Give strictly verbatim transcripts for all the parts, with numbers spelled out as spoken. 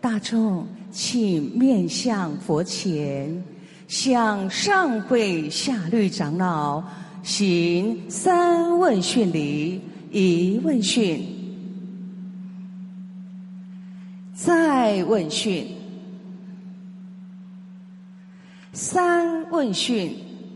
大众请面向佛前，向上会下律长老行三问讯礼。一问讯，再问讯，三问讯。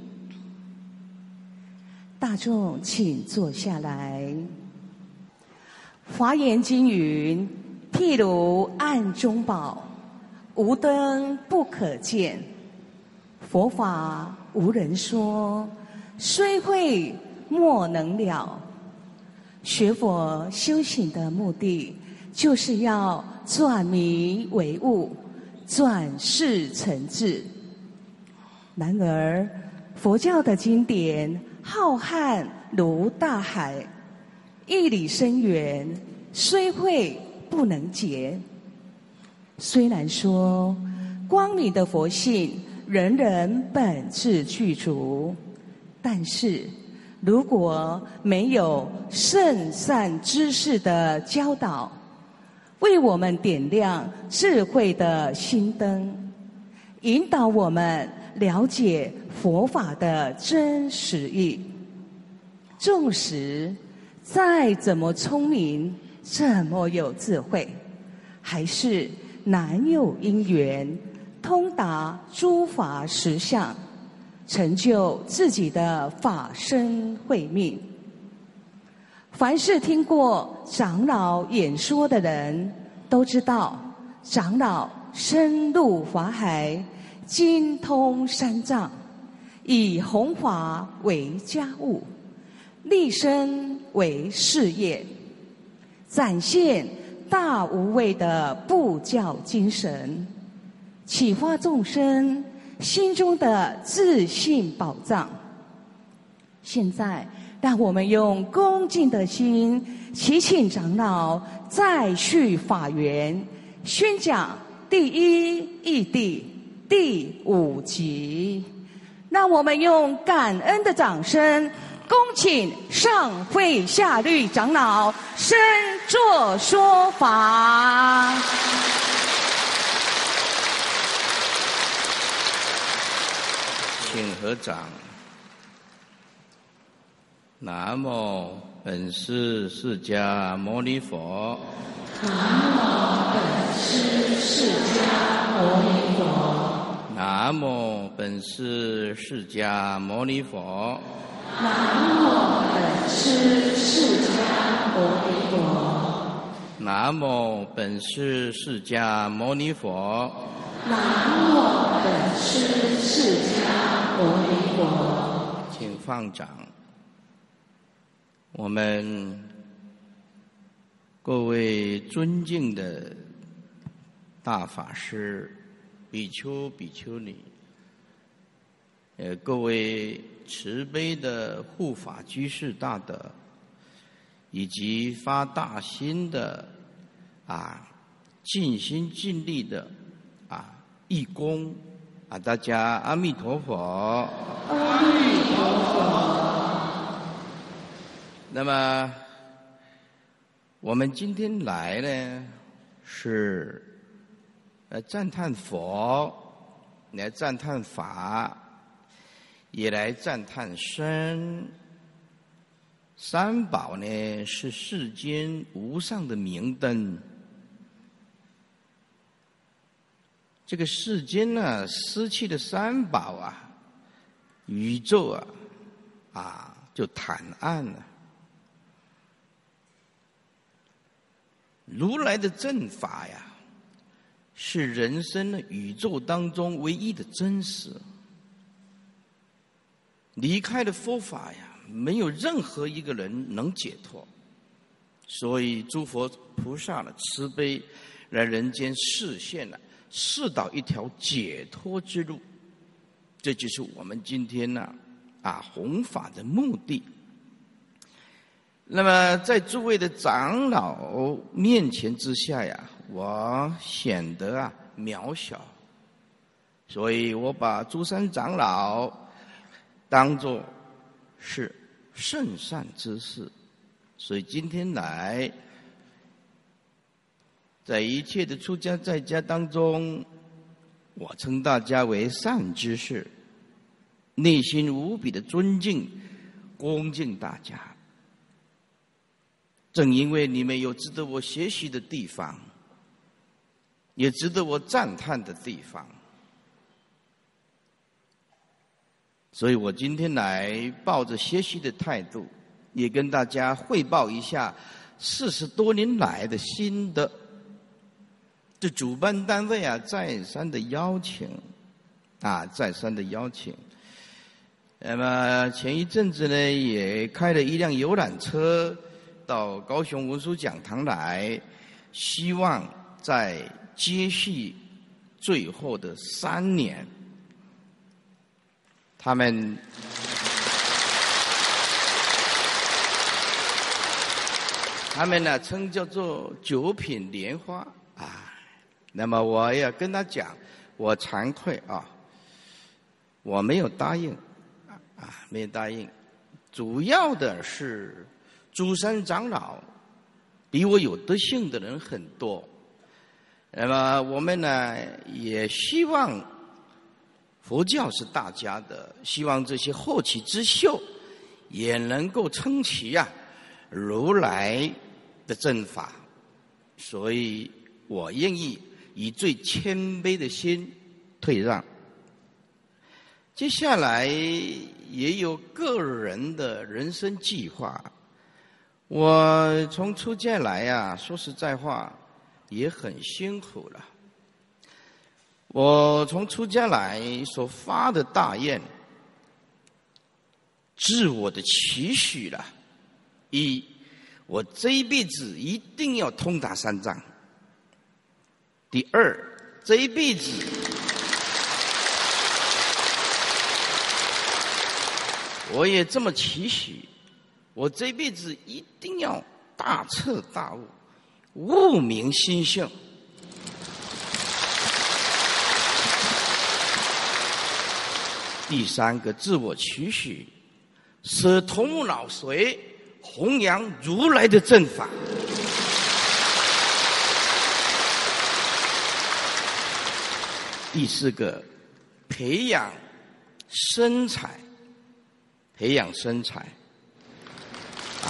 大众请坐下来。华严经云：譬如暗中宝，无灯不可见。佛法无人说，虽会莫能了。学佛修行的目的，就是要转迷为悟，转世成智。然而，佛教的经典浩瀚如大海，义理深远，虽会不能解。虽然说光明的佛性人人本自具足，但是如果没有圣善知识的教导，为我们点亮智慧的心灯，引导我们了解佛法的真实意，纵使再怎么聪明，怎么有智慧，还是难有因缘通达诸法实相，成就自己的法身慧命。凡是听过长老演说的人，都知道长老深入法海，精通三藏，以弘法为家务，立身为事业，展现大无畏的布教精神，启发众生心中的自信宝藏。现在让我们用恭敬的心，祈请长老再续法缘，宣讲第一义谛第五集。让我们用感恩的掌声，恭请上会下律长老深作说法。 请合掌。南无本师释迦牟尼佛。 南无本师释迦牟尼佛。 南无本师释迦牟尼佛。 南无本师释迦牟尼佛。 南无本师释迦牟尼佛。 南无本师释迦牟尼佛。 请放掌。我们各位尊敬的大法师、比丘、比丘尼，呃，各位慈悲的护法居士大德，以及发大心的啊尽心尽力的啊义工啊，大家阿弥陀佛。 阿弥陀佛。 那么我们今天来呢，是呃赞叹佛，来赞叹法，也来赞叹身。三宝呢，是世间无上的明灯。这个世间呢，失去了三宝啊，宇宙啊，啊就惨暗了。如来的正法呀，是人生的宇宙当中唯一的真实。离开了佛法呀，没有任何一个人能解脱。所以诸佛菩萨的慈悲来人间示现了，示导一条解脱之路。这就是我们今天呢啊弘法的目的。那么在诸位的长老面前之下呀，我显得啊渺小，所以我把诸山长老当作是圣善之士。所以今天来在一切的出家在家当中，我称大家为善知识，内心无比的尊敬、恭敬大家。正因为你们有值得我学习的地方，也值得我赞叹的地方，所以我今天来抱着学习的态度，也跟大家汇报一下四十多年来的心得。这主办单位啊，再三的邀请，啊，再三的邀请。那么前一阵子呢，也开了一辆游览车到高雄文殊讲堂来，希望在接续最后的三年，他们他们呢称叫做九品莲花啊。那么我要跟他讲，我惭愧啊，我没有答应啊，没有答应。主要的是诸山长老比我有德性的人很多，那么我们呢也希望佛教是大家的，希望这些后起之秀也能够撑起啊如来的正法，所以我愿意以最谦卑的心退让。接下来也有个人的人生计划。我从出家来啊，说实在话也很辛苦了。我从出家来所发的大愿，自我的期许了。一，我这一辈子一定要通达三藏。第二，这一辈子我也这么期许，我这一辈子一定要大彻大悟，悟明心性。第三个自我期许，舍头目脑髓，弘扬如来的正法。第四个，培养身材，培养身材。啊，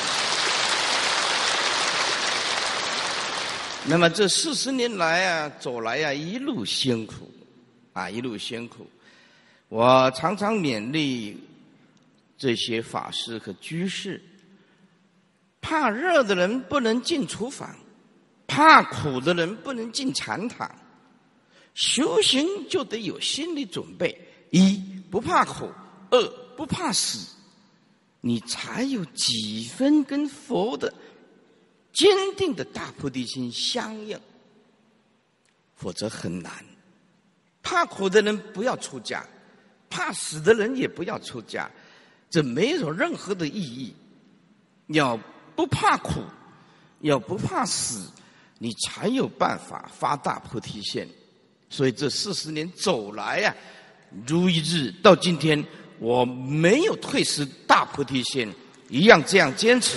那么这四十年来啊，走来啊，一路辛苦，啊，一路辛苦。我常常勉励这些法师和居士，怕热的人不能进厨房，怕苦的人不能进禅堂。修行就得有心理准备：一，不怕苦；二，不怕死。你才有几分跟佛的坚定的大菩提心相应，否则很难。怕苦的人不要出家，怕死的人也不要出家，这没有任何的意义。要不怕苦，要不怕死，你才有办法发大菩提心。所以这四十年走来啊，如一日，到今天我没有退失大菩提心，一样这样坚持。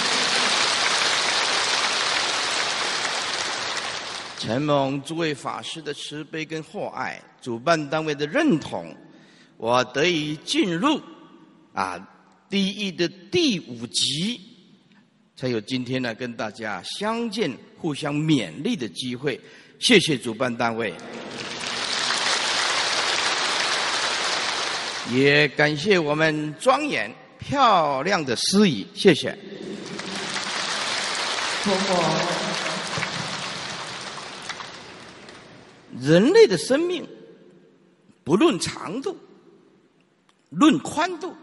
承蒙诸位法师的慈悲跟厚爱，主办单位的认同，我得以进入啊第一的第五级，才有今天呢跟大家相见、互相勉励的机会。谢谢主办单位，也感谢我们庄严漂亮的司仪，谢谢。 婆婆， 人类的生命不论长度，论宽度。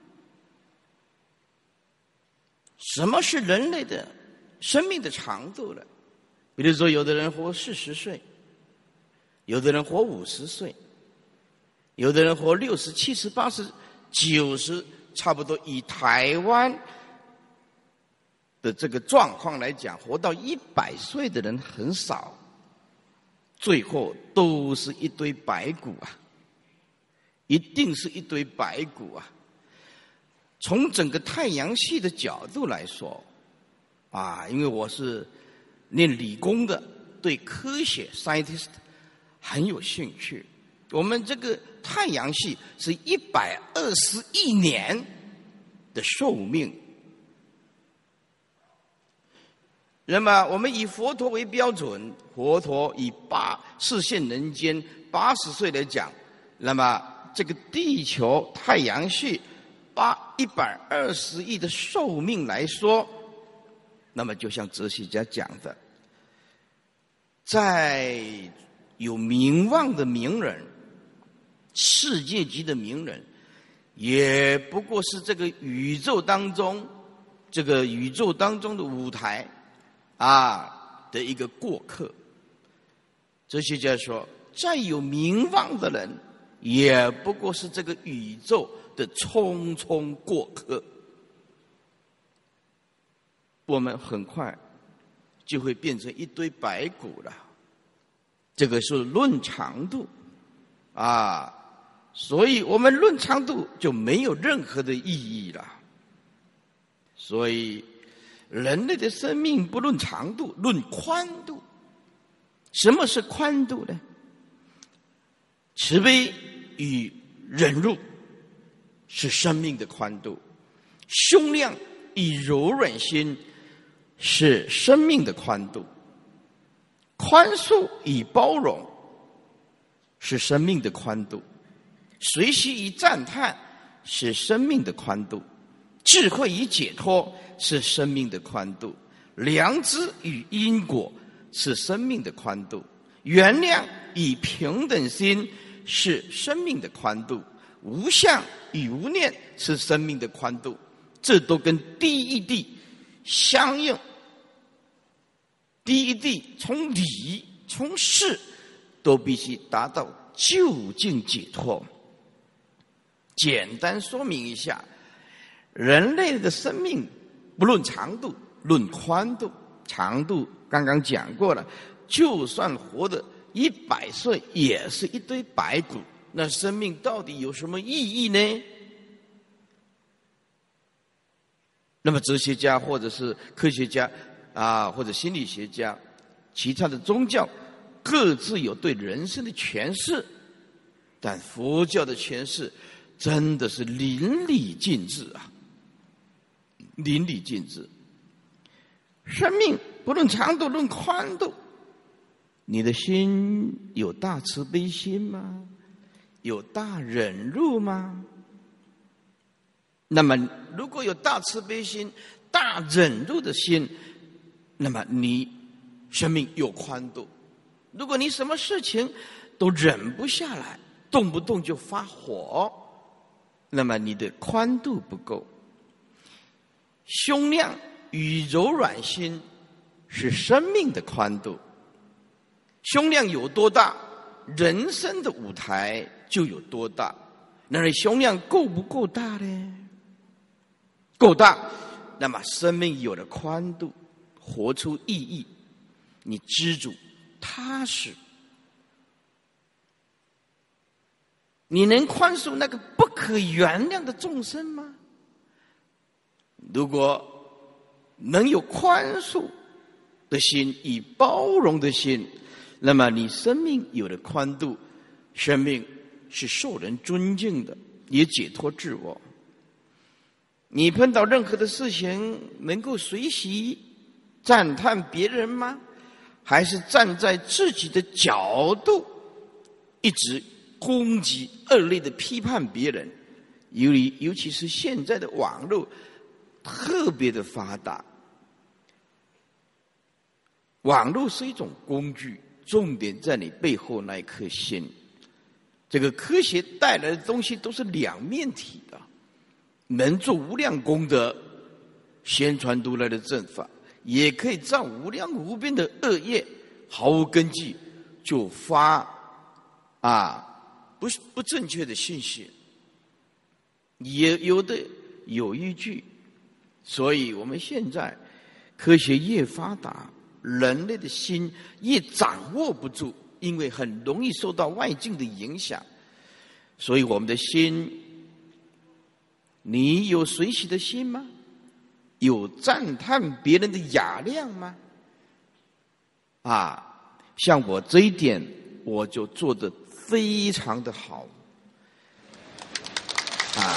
什么是人类的生命的长度呢？比如说，有的人活四十岁，有的人活五十岁，有的人活六十、七十、八十、九十，差不多以台湾的这个状况来讲，活到一百岁的人很少，最后都是一堆白骨啊，一定是一堆白骨啊。从整个太阳系的角度来说，啊，因为我是念理工的对科学 scientist 很有兴趣。我们这个太阳系是一百二十亿年的寿命。那么我们以佛陀为标准，佛陀以八视现人间八十岁来讲，那么这个地球太阳系八一百二十亿的寿命来说，那么就像哲学家讲的，在有名望的名人，世界级的名人，也不过是这个宇宙当中，这个宇宙当中的舞台啊的一个过客。哲学家说，再有名望的人，也不过是这个宇宙的匆匆过客。我们很快就会变成一堆白骨了。这个是论长度啊，所以我们论长度就没有任何的意义了。所以人类的生命不论长度，论宽度。什么是宽度呢？慈悲与忍辱是生命的宽度，胸量与柔软心是生命的宽度，宽恕与包容是生命的宽度，随喜与赞叹是生命的宽度，智慧与解脱是生命的宽度，良知与因果是生命的宽度，原谅与平等心是生命的宽度，无相与无念是生命的宽度。这都跟第一地相应。第一地从理从事都必须达到究竟解脱。简单说明一下，人类的生命不论长度，论宽度。长度刚刚讲过了，就算活得一百岁，也是一堆白骨。那生命到底有什么意义呢？那么哲学家或者是科学家啊，或者心理学家，其他的宗教各自有对人生的诠释，但佛教的诠释真的是淋漓尽致啊，淋漓尽致。生命不论长度，论宽度，你的心有大慈悲心吗？有大忍辱吗？那么如果有大慈悲心、大忍辱的心，那么你生命有宽度。如果你什么事情都忍不下来，动不动就发火，那么你的宽度不够。胸量与柔软心是生命的宽度。胸量有多大，人生的舞台就有多大。那你胸量够不够大呢？够大，那么生命有了宽度，活出意义，你知足踏实。你能宽恕那个不可原谅的众生吗？如果能有宽恕的心与包容的心，那么你生命有了宽度，生命是受人尊敬的，也解脱自我。你碰到任何的事情，能够随喜赞叹别人吗？还是站在自己的角度，一直攻击、恶劣的批判别人？尤尤其是现在的网络特别的发达，网络是一种工具，重点在你背后那一颗心。这个科学带来的东西都是两面体的，能做无量功德，宣传如来的正法，也可以造无量无边的恶业，毫无根据就发啊不不正确的信息，也有的有依据。所以我们现在科学越发达，人类的心越掌握不住，因为很容易受到外境的影响。所以我们的心，你有随喜的心吗？有赞叹别人的雅量吗？ 啊，像我这一点，我就做得非常的好。啊，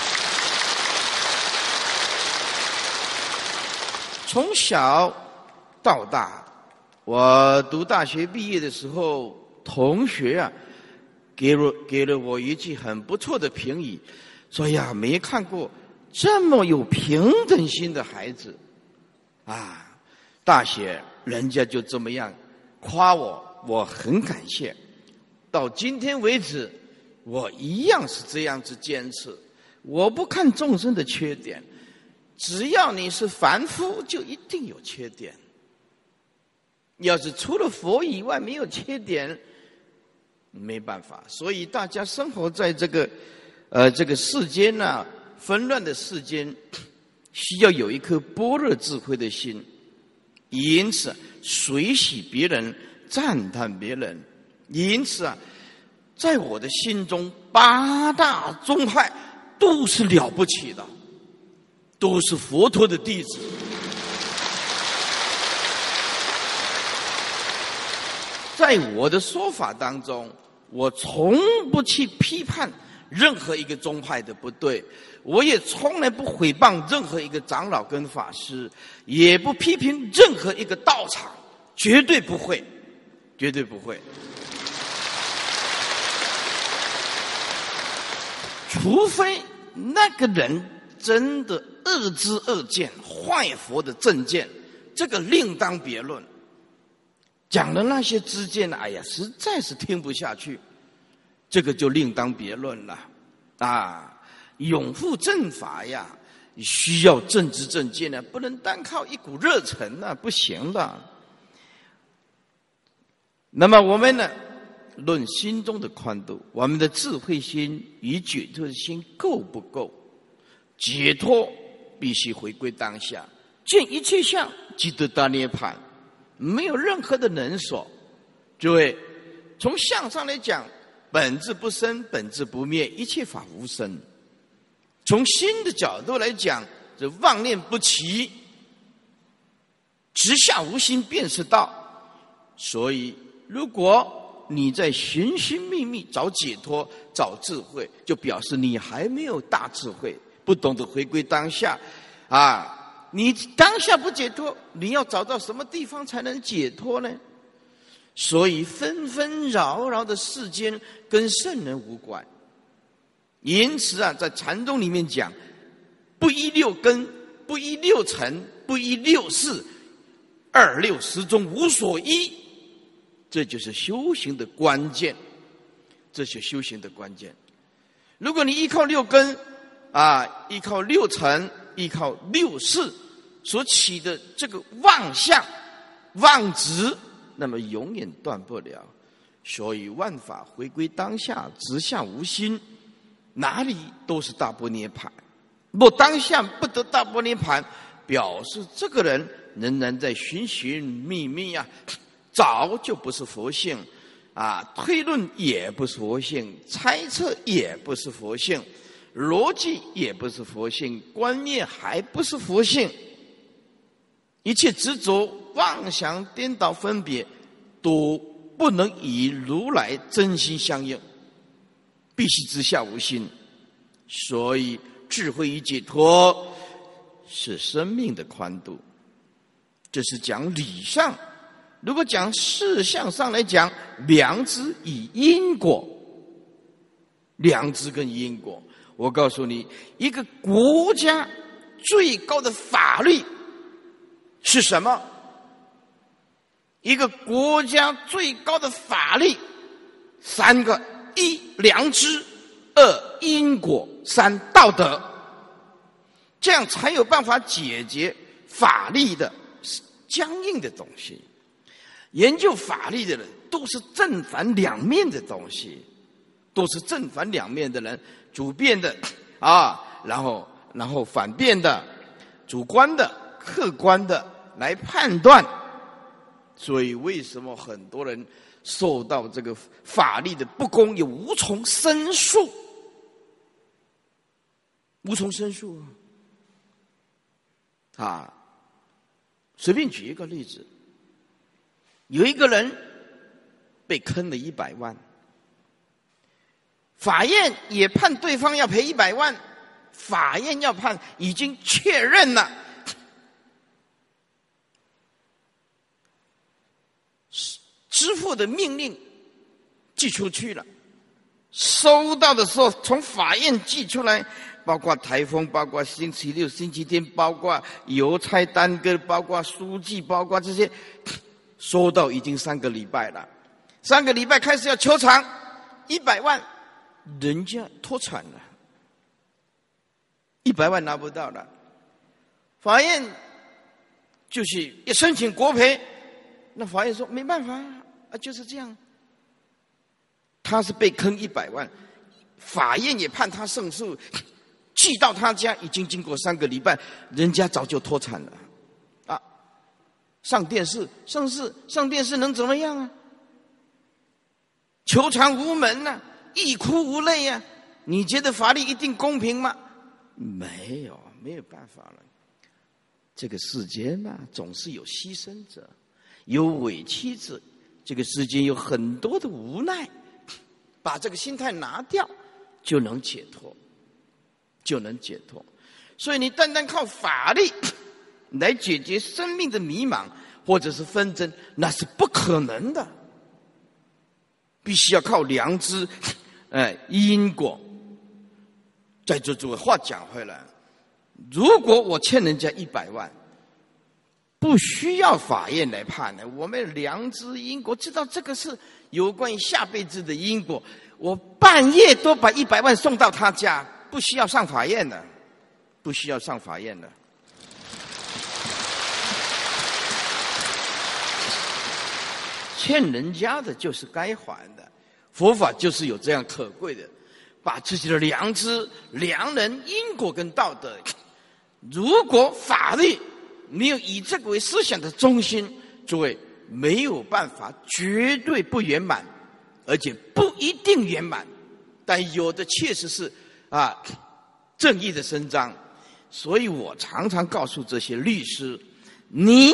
从小到大，我读大学毕业的时候，同学啊，给了给了我一句很不错的评语，说呀，没看过这么有平等心的孩子，啊，大学人家就这么样夸我，我很感谢。到今天为止，我一样是这样子坚持，我不看众生的缺点，只要你是凡夫，就一定有缺点。要是除了佛以外没有缺点，没办法。所以大家生活在这个呃这个世间呢、啊，纷乱的世间，需要有一颗般若智慧的心。因此，随喜别人，赞叹别人。因此啊，在我的心中，八大宗派都是了不起的，都是佛陀的弟子。在我的说法当中，我从不去批判任何一个宗派的不对，我也从来不诽谤任何一个长老跟法师，也不批评任何一个道场，绝对不会，绝对不会。除非那个人真的恶知恶见，坏佛的正见，这个另当别论。讲的那些知见，哎呀，实在是听不下去，这个就另当别论了。啊，拥护正法呀，需要正知正见呢，不能单靠一股热忱呢，不行的。那么我们呢，论心中的宽度，我们的智慧心与解脱的心够不够？解脱必须回归当下，见一切相即得大涅槃。没有任何的能所，诸位，从相上来讲，本质不生，本质不灭，一切法无生。从心的角度来讲，这妄念不齐，直下无心便是道。所以，如果你在寻寻觅觅找解脱、找智慧，就表示你还没有大智慧，不懂得回归当下，啊。你当下不解脱，你要找到什么地方才能解脱呢？所以纷纷扰扰的世间跟圣人无关。因此啊，在禅宗里面讲，不依六根，不依六尘，不依六事，二六十中无所依，这就是修行的关键，这是修行的关键。如果你依靠六根啊，依靠六尘，依靠六事所起的这个妄相、妄执，那么永远断不了。所以万法回归当下，直下无心，哪里都是大般涅槃。若当下不得大般涅槃，表示这个人仍然在寻寻觅觅啊，早就不是佛性啊，推论也不是佛性，猜测也不是佛性，逻辑也不是佛性，观念还不是佛性，一切执着、妄想、颠倒、分别，都不能与如来真心相应，必须直下无心。所以智慧与解脱是生命的宽度，这是讲理上。如果讲事相上来讲，良知与因果，良知跟因果，我告诉你，一个国家最高的法律是什么？一个国家最高的法律，三个：一良知，二因果，三道德。这样才有办法解决法律的僵硬的东西。研究法律的人都是正反两面的东西，都是正反两面的人，主辩的啊，然后然后反辩的，主观的、客观的来判断。所以为什么很多人受到这个法律的不公，也无从申诉，无从申诉啊！随便举一个例子。 有一个人被坑了一百万，法院也判对方要赔一百万，法院要判已经确认了，支付的命令寄出去了，收到的时候从法院寄出来，包括台风，包括星期六、星期天，包括邮差耽搁，包括书记，包括这些，收到已经三个礼拜了。三个礼拜开始要求偿一百万，人家脱产了，一百万拿不到了。法院就是要申请国赔，那法院说没办法啊，就是这样。他是被坑一百万，法院也判他胜诉，寄到他家已经经过三个礼拜，人家早就脱产了啊！上电视，上市，上电视能怎么样啊？求偿无门啊，欲哭无泪啊！你觉得法律一定公平吗？没有，没有办法了。这个世间嘛，总是有牺牲者，有委屈者，这个世间有很多的无奈。把这个心态拿掉，就能解脱，就能解脱。所以你单单靠法律来解决生命的迷茫或者是纷争，那是不可能的。必须要靠良知，哎，因果。在座诸位，话讲回来，如果我欠人家一百万，不需要法院来判的，我们良知因果知道这个是有关于下辈子的因果，我半夜都把一百万送到他家，不需要上法院的，不需要上法院的。欠人家的就是该还的，佛法就是有这样可贵的，把自己的良知、良人、因果跟道德，如果法律没有以这个为思想的中心，诸位没有办法，绝对不圆满，而且不一定圆满，但有的确实是啊正义的伸张。所以我常常告诉这些律师，你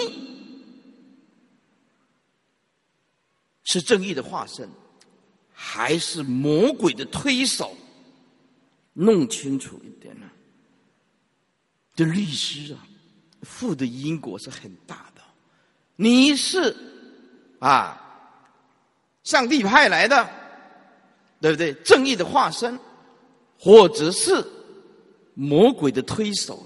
是正义的化身，还是魔鬼的推手？弄清楚一点啊！这律师啊，负的因果是很大的。你是啊，上帝派来的，对不对？正义的化身，或者是魔鬼的推手。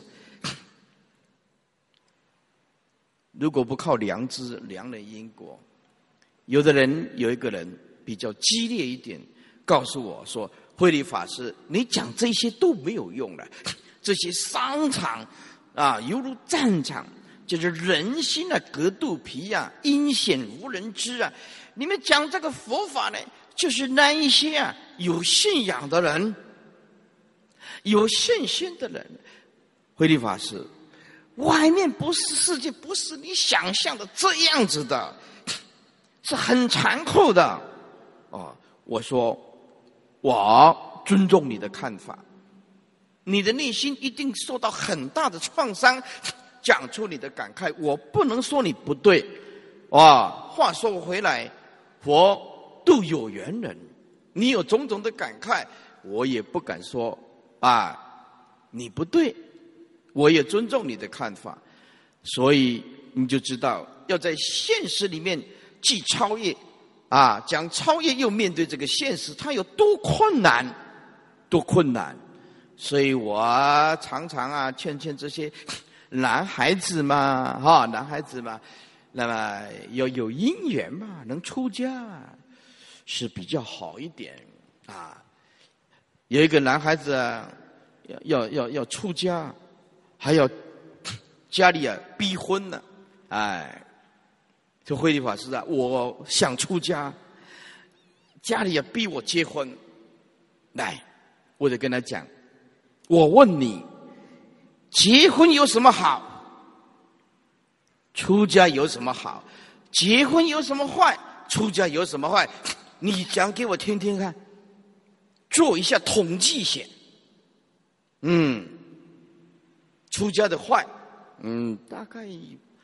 如果不靠良知、良人因果，有的人有一个人比较激烈一点，告诉我说：“慧理法师，你讲这些都没有用了，这些商场啊，犹如战场。”就是人心啊，隔肚皮啊，阴险无人知啊！你们讲这个佛法呢，就是那一些啊有信仰的人，有信心的人。慧理法师，外面不是世界，不是你想象的这样子的，是很残酷的。哦，我说，我尊重你的看法，你的内心一定受到很大的创伤。讲出你的感慨，我不能说你不对。哇，话说回来，佛度有缘人，你有种种的感慨，我也不敢说啊你不对，我也尊重你的看法。所以你就知道要在现实里面既超越啊，讲超越又面对这个现实，它有多困难，多困难。所以我常常啊劝劝这些男孩子嘛，哈，男孩子嘛，那么要有姻缘嘛，能出家是比较好一点啊。有一个男孩子啊，要要要出家，还要家里啊逼婚呢，哎，这慧理法师啊，我想出家，家里也逼我结婚，来，我就跟他讲，我问你。结婚有什么好？出家有什么好？结婚有什么坏？出家有什么坏？你讲给我听听看，做一下统计学。嗯，出家的坏，嗯，大概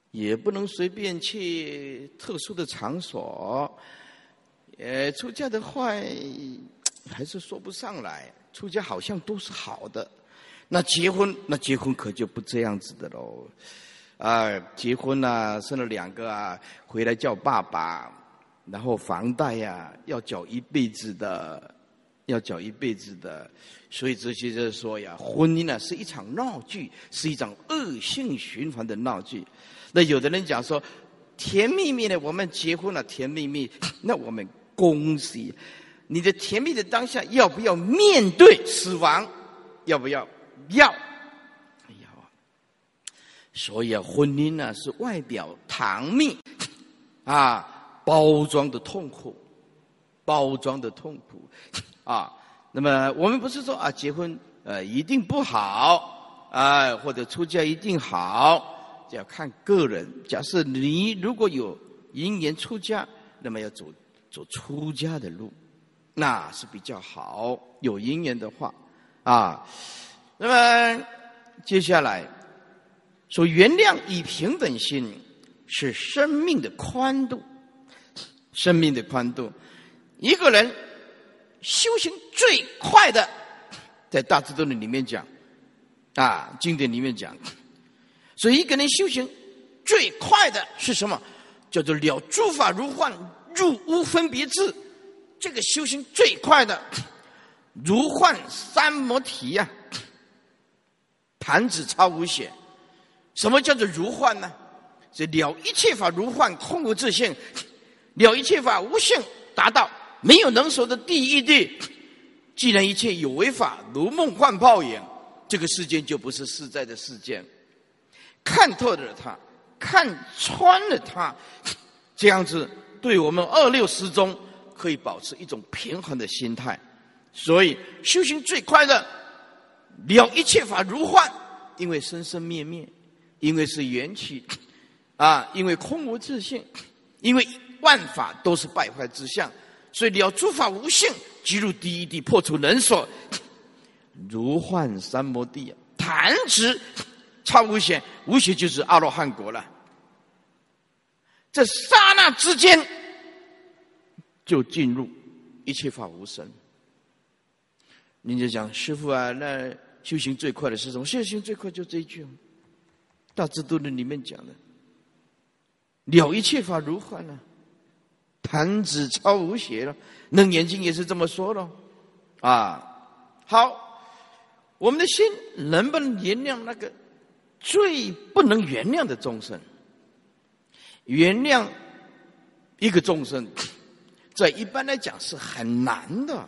也不能随便去特殊的场所。呃，出家的坏还是说不上来，出家好像都是好的。那结婚，那结婚可就不这样子的喽。啊，结婚啊，生了两个啊，回来叫爸爸，然后房贷呀、啊、要缴一辈子的，要缴一辈子的。所以这些就是说呀，婚姻呢是一场闹剧，是一场恶性循环的闹剧。那有的人讲说，甜蜜蜜的，我们结婚了，甜蜜蜜，那我们恭喜你的甜蜜的当下，要不要面对死亡？要不要？要。要啊！所以啊，婚姻呢是外表糖蜜啊，包装的痛苦，包装的痛苦啊。那么我们不是说啊，结婚呃一定不好啊，或者出家一定好，这要看个人。假设你如果有因缘出家，那么要走走出家的路，那是比较好。有因缘的话啊，那么接下来说，原谅以平等心是生命的宽度，生命的宽度。一个人修行最快的，在大智度论里面讲啊，经典里面讲，所以一个人修行最快的是什么？叫做了诸法如幻，入无分别智。这个修行最快的，如幻三摩提呀、啊，弹指超无显。什么叫做如幻呢？是了一切法如幻，空无自性，了一切法无性，达到没有能所的第一地。既然一切有为法如梦幻泡影，这个世间就不是实在的世间。看透了它，看穿了它，这样子对我们二六时中可以保持一种平衡的心态。所以修行最快的，了一切法如幻，因为生生灭灭，因为是缘起啊，因为空无自性，因为万法都是败坏之相，所以了诸法无性，即入第一地，破除能所，如幻三摩地，弹指超无显，无显就是阿罗汉国了。这刹那之间就进入一切法无生。你就讲师父啊，那修行最快的是什么？修行最快就这一句，大智度论里面讲的，了一切法如幻啊，弹指超无邪了。楞严经也是这么说了啊。好，我们的心能不能原谅那个最不能原谅的众生？原谅一个众生，在一般来讲是很难的。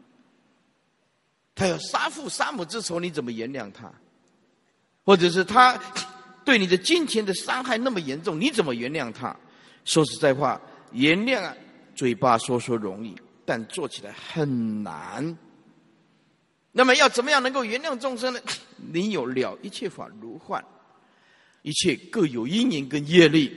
他有杀父杀母之仇，你怎么原谅他？或者是他对你的金钱的伤害那么严重，你怎么原谅他？说实在话，原谅啊，嘴巴说说容易，但做起来很难。那么要怎么样能够原谅众生呢？你有了一切法如幻，一切各有因缘跟业力，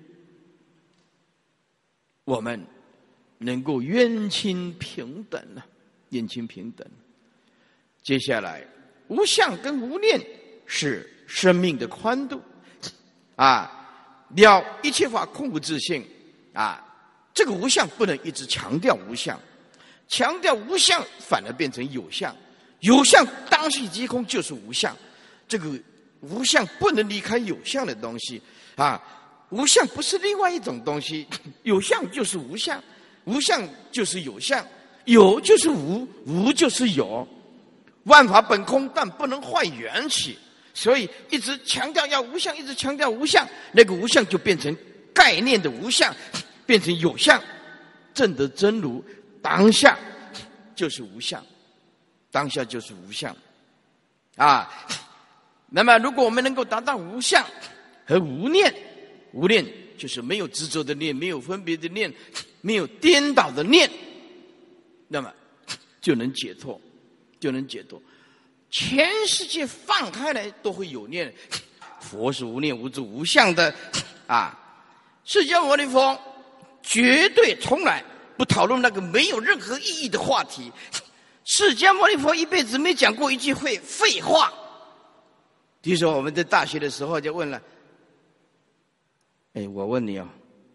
我们能够冤亲平等啊，冤亲平等。接下来，无相跟无念是生命的宽度啊，了一切法空无自性啊，这个无相不能一直强调无相，强调无相反而变成有相，有相当系即空就是无相，这个无相不能离开有相的东西啊，无相不是另外一种东西，有相就是无相，无相就是有相，有就是无，无就是有。万法本空，但不能坏缘起，所以一直强调要无相，一直强调无相，那个无相就变成概念的无相，变成有相。证得真如，当下就是无相，当下就是无相啊。那么，如果我们能够达到无相和无念，无念就是没有执着的念，没有分别的念，没有颠倒的念，那么就能解脱。就能解脱，全世界放开来都会有念，佛是无念无住无相的啊！释迦牟尼佛绝对从来不讨论那个没有任何意义的话题。释迦牟尼佛一辈子没讲过一句废废话。比如说我们在大学的时候就问了， 哎，我问你哦，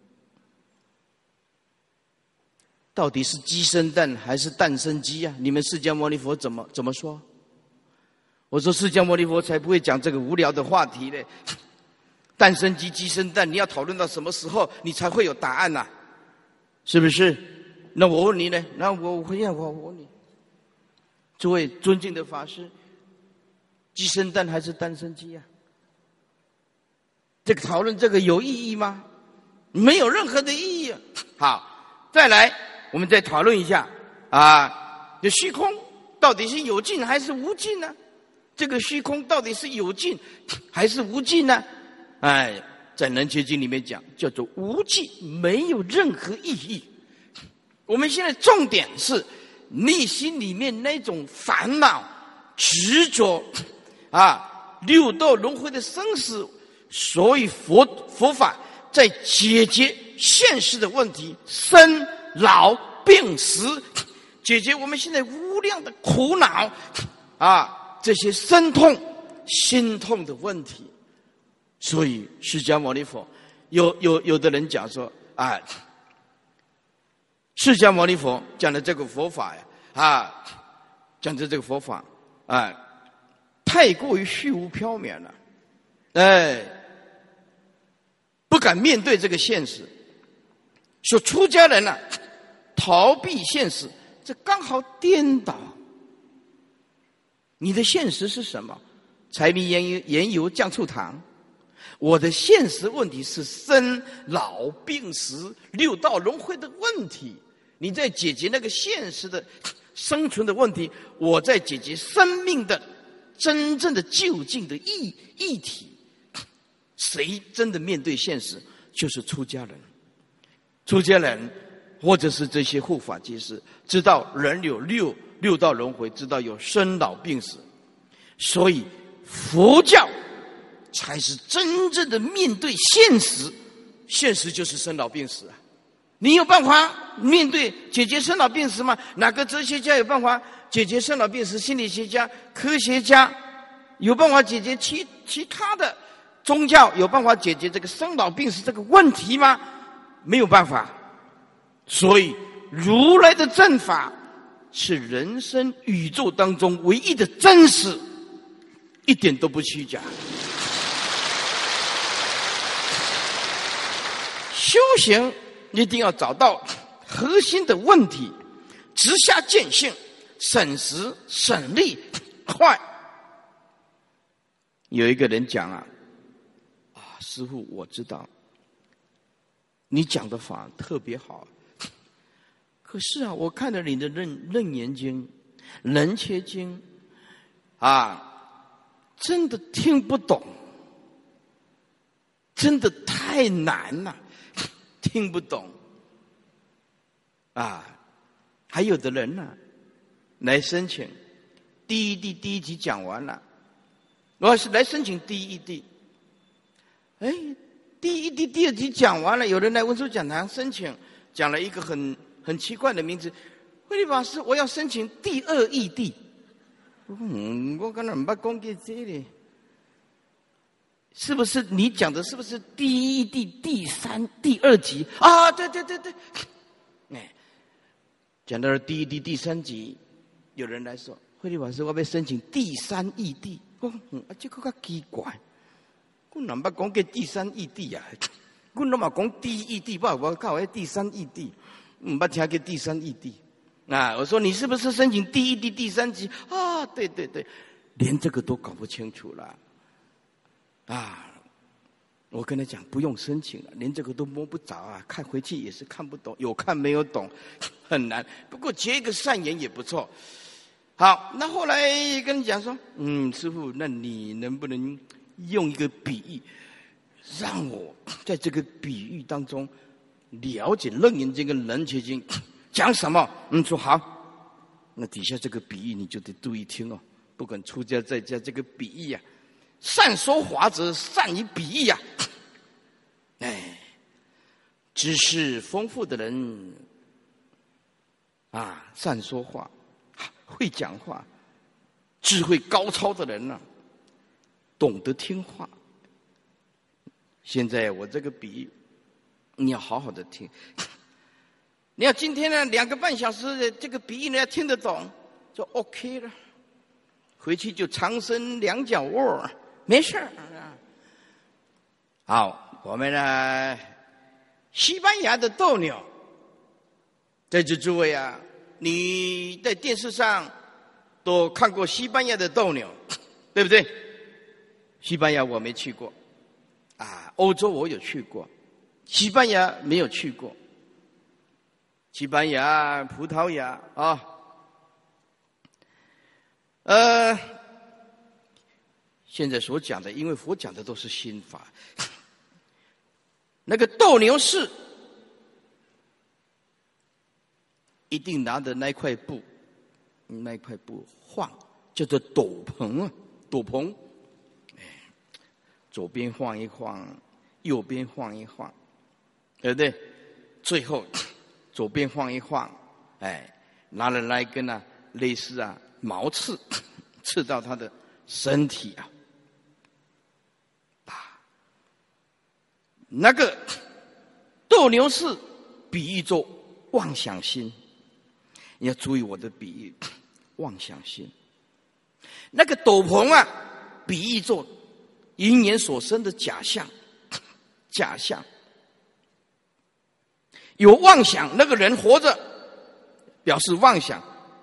到底是鸡生蛋还是蛋生鸡啊？你们释迦牟尼佛怎么怎么说？我说释迦牟尼佛才不会讲这个无聊的话题嘞。蛋生鸡，鸡生蛋，你要讨论到什么时候，你才会有答案呐、啊？是不是？那我问你呢？那我回答我，我问你，诸位尊敬的法师，鸡生蛋还是蛋生鸡啊？这个讨论这个有意义吗？没有任何的意义、啊。好，再来，我们再讨论一下啊，这虚空到底是有尽还是无尽呢？这个虚空到底是有尽还是无尽呢？哎，在《楞伽经》里面讲，叫做无尽，没有任何意义。我们现在重点是内心里面那种烦恼、执着啊，六道轮回的生死。所以佛佛法在解决现实的问题，生老病死，解决我们现在无量的苦恼啊，这些身痛心痛的问题。所以释迦牟尼佛有有有的人讲说啊，释迦牟尼佛讲的这个佛法呀啊，讲的这个佛法啊，太过于虚无缥缈了，哎。不敢面对这个现实，说出家人啊，逃避现实，这刚好颠倒。你的现实是什么？柴米盐油盐油酱醋糖。我的现实问题是生老病死六道轮回的问题。你在解决那个现实的生存的问题，我在解决生命的真正的究竟的议议题。谁真的面对现实，就是出家人。出家人或者是这些护法居士，知道人有六六道轮回，知道有生老病死，所以佛教才是真正的面对现实。现实就是生老病死啊！你有办法面对解决生老病死吗？哪个哲学家有办法解决生老病死？心理学家、科学家有办法解决其其他的？宗教有办法解决这个生老病死这个问题吗？没有办法。所以如来的正法是人生宇宙当中唯一的真实，一点都不虚假。修行一定要找到核心的问题，直下见性，省时省力快。有一个人讲啊，师父，我知道你讲的法特别好，可是啊，我看了你的楞楞严经、楞伽经，啊，真的听不懂，真的太难了，听不懂。啊，还有的人呢、啊，来申请第一地第一集讲完了，我是来申请第一地。哎，第一地第二集讲完了，有人来文殊讲堂申请，讲了一个很很奇怪的名字，慧律法师，我要申请第二义地。嗯，我刚才没讲给这里，是不是你讲的？是不是第一地第三第二集啊？对对对对，哎，讲到了第一地第三集，有人来说，慧律法师，我要申请第三义地。我嗯，啊，这个较奇怪。我哪捌讲过第三义地啊？我哪嘛讲第一义地，不，我靠，我第三义地，唔捌听过第三义地。啊，我说你是不是申请第一地第三级啊？对对对，连这个都搞不清楚了。啊，我跟他讲不用申请了，连这个都摸不着啊，看回去也是看不懂，有看没有懂，很难。不过结一个善缘也不错。好，那后来跟你讲说，嗯，师父，那你能不能用一个比喻，让我在这个比喻当中了解楞严经跟楞伽经讲什么？嗯，说好。那底下这个比喻你就得注意听哦，不管出家在家，这个比喻啊，善说法者善于比喻啊。哎，知识丰富的人啊，善说话，会讲话，智慧高超的人呢、啊，懂得听话。 现在我这个比喻，你要好好的听。你要今天呢两个半小时的这个比喻，你要听得懂，就 OK 了。回去就长伸两脚窝，没事儿。好，我们呢，西班牙的斗牛，在座诸位啊，你在电视上都看过西班牙的斗牛，对不对？西班牙我没去过，啊，欧洲我有去过，西班牙没有去过。西班牙、葡萄牙啊，呃，现在所讲的，因为佛讲的都是心法，那个斗牛士一定拿着那块布，那块布晃，叫做斗篷啊，斗篷，哎，左边晃一晃，右边晃一晃，对不对？最后左边晃一晃，哎，拿了那一根啊，类似啊毛刺，刺到他的身体啊，啊，那个斗牛士比喻作妄想心，你要注意我的比喻，妄想心。那个斗篷啊，比喻作因缘所生的假象，假象。有妄想，那个人活着，表示妄想。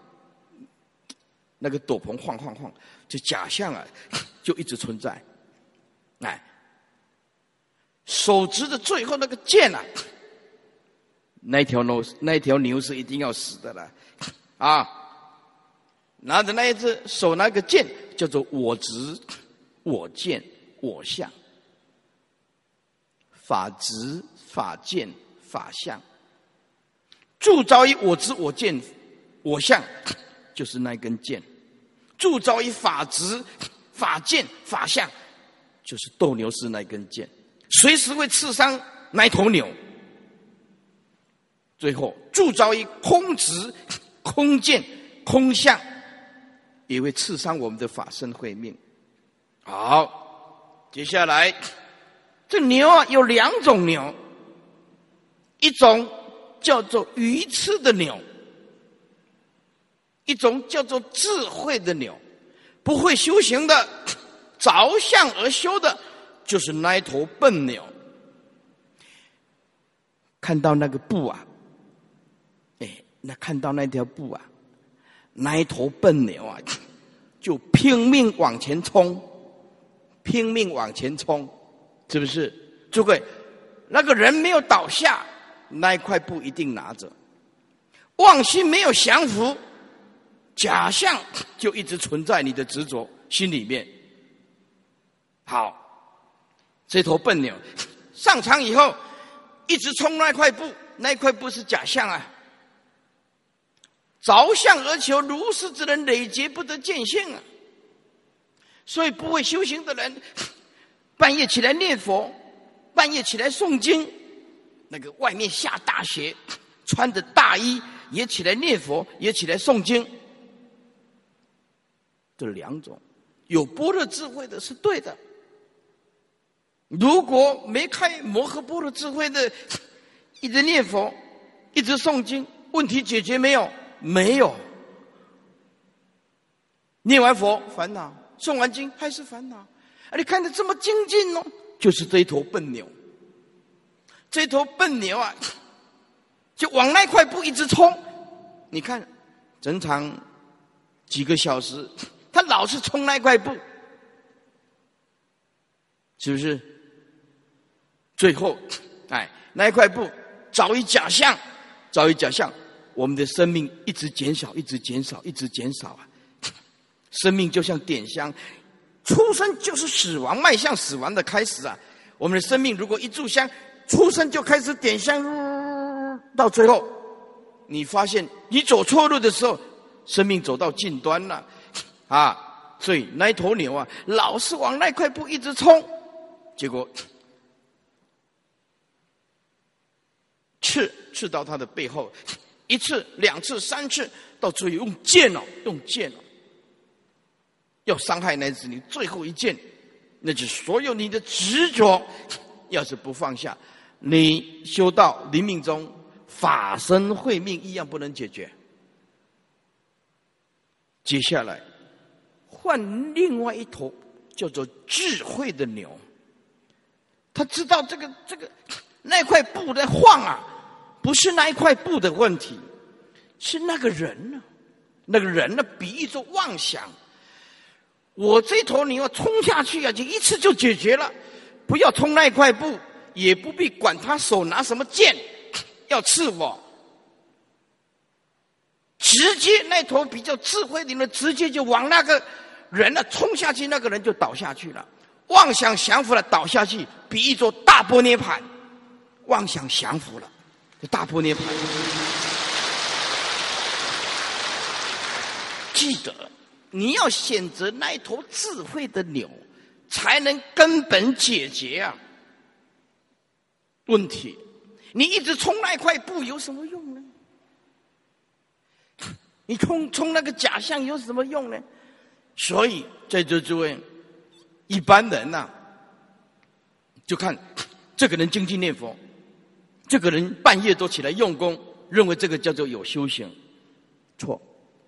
那个斗篷晃晃晃，就假象啊，就一直存在。哎，手执的最后那个剑啊，那条牛，那条牛是一定要死的了，啊，拿着那一只手拿个剑，叫做我执、我见、我相，法执、法见。法相，铸造于我执我见我相，就是那根剑；铸造于法执法见法相，就是斗牛士那根剑，随时会刺伤那头牛。最后铸造于空执空见空相，也会刺伤我们的法身慧命。好，接下来这牛啊有两种牛。一种叫做愚痴的牛，一种叫做智慧的牛。不会修行的，着相而修的，就是那一头笨牛。看到那个布啊，哎，那看到那条布啊，那一头笨牛啊，就拼命往前冲，拼命往前冲，是不是？诸位，那个人没有倒下。那一块布一定拿着，妄心没有降服，假象就一直存在你的执着心里面。好，这头笨牛上场以后，一直冲那块布，那块布是假象啊。着相而求，如是之人累劫不得见性啊。所以不会修行的人，半夜起来念佛，半夜起来诵经。那个外面下大雪，穿着大衣也起来念佛，也起来诵经。这两种，有般若智慧的是对的。如果没开摩诃般若智慧的，一直念佛，一直诵经，问题解决没有？没有。念完佛烦恼，诵完经还是烦恼。啊，你看得这么精进哦，就是这一头笨牛。这头笨牛啊，就往那块布一直冲。你看，整场几个小时，他老是冲那块布，是不是？最后，哎，那一块布早已假象，早已假象，我们的生命一直减少，一直减少，一直减少啊！生命就像点香，出生就是死亡，迈向死亡的开始啊！我们的生命如果一炷香，出生就开始点香，到最后，你发现你走错路的时候，生命走到尽端了，啊！所以那一头牛啊，老是往那块布一直冲，结果刺刺到他的背后，一次、两次、三次，到最后用剑哦，用剑哦，要伤害那只牛，最后一剑，那就是所有你的执着。 要是不放下，你修到临命终，法身慧命一样不能解决。接下来换另外一头叫做智慧的牛，他知道这个这个那块布在晃啊，不是那一块布的问题，是那个人呢、啊，那个人呢、啊，比喻着妄想。我这头牛冲下去啊，就一次就解决了，不要冲那一块布，也不必管他手拿什么剑要刺我，直接那头比较智慧的人直接就往那个人呢、啊、冲下去，那个人就倒下去了。妄想降服了，倒下去，比喻作大般涅槃。妄想降服了，就大般涅槃。记得你要选择那一头智慧的牛，才能根本解决啊问题。你一直冲那块布有什么用呢？你冲冲那个假象有什么用呢？所以在这诸位一般人呐、啊，就看这个人精进念佛，这个人半夜都起来用功，认为这个叫做有修行，错。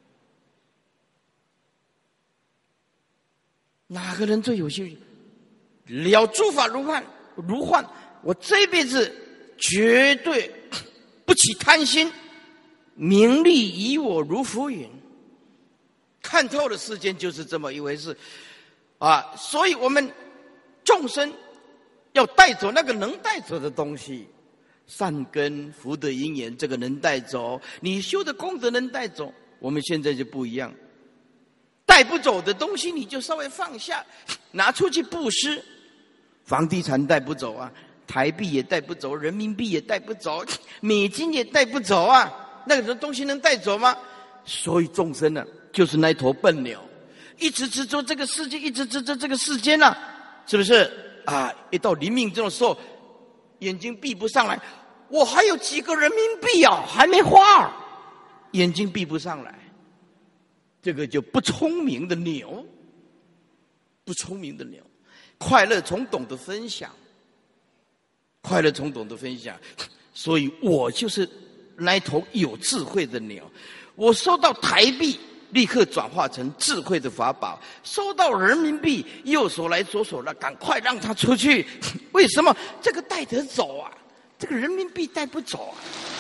哪个人最有修行？了诸法如幻，如幻。我这辈子绝对不起贪心，名利以我如浮云。看透了世间就是这么一回事啊！所以我们众生要带走那个能带走的东西，善根福德因缘，这个能带走，你修的功德能带走。我们现在就不一样，带不走的东西你就稍微放下，拿出去布施。房地产带不走啊，台币也带不走，人民币也带不走，美金也带不走啊，那个东西能带走吗？所以众生呢、啊，就是那头笨牛，一直执着这个世界，一直执着这个世间啊，是不是啊？一到临命这种时候，眼睛闭不上来，我还有几个人民币啊，还没花，眼睛闭不上来，这个就不聪明的牛，不聪明的牛。快乐从懂得分享，快乐从懂得分享，所以我就是那一头有智慧的牛。我收到台币，立刻转化成智慧的法宝；收到人民币，右手来左手来，赶快让它出去。为什么？这个带得走啊，这个人民币带不走啊。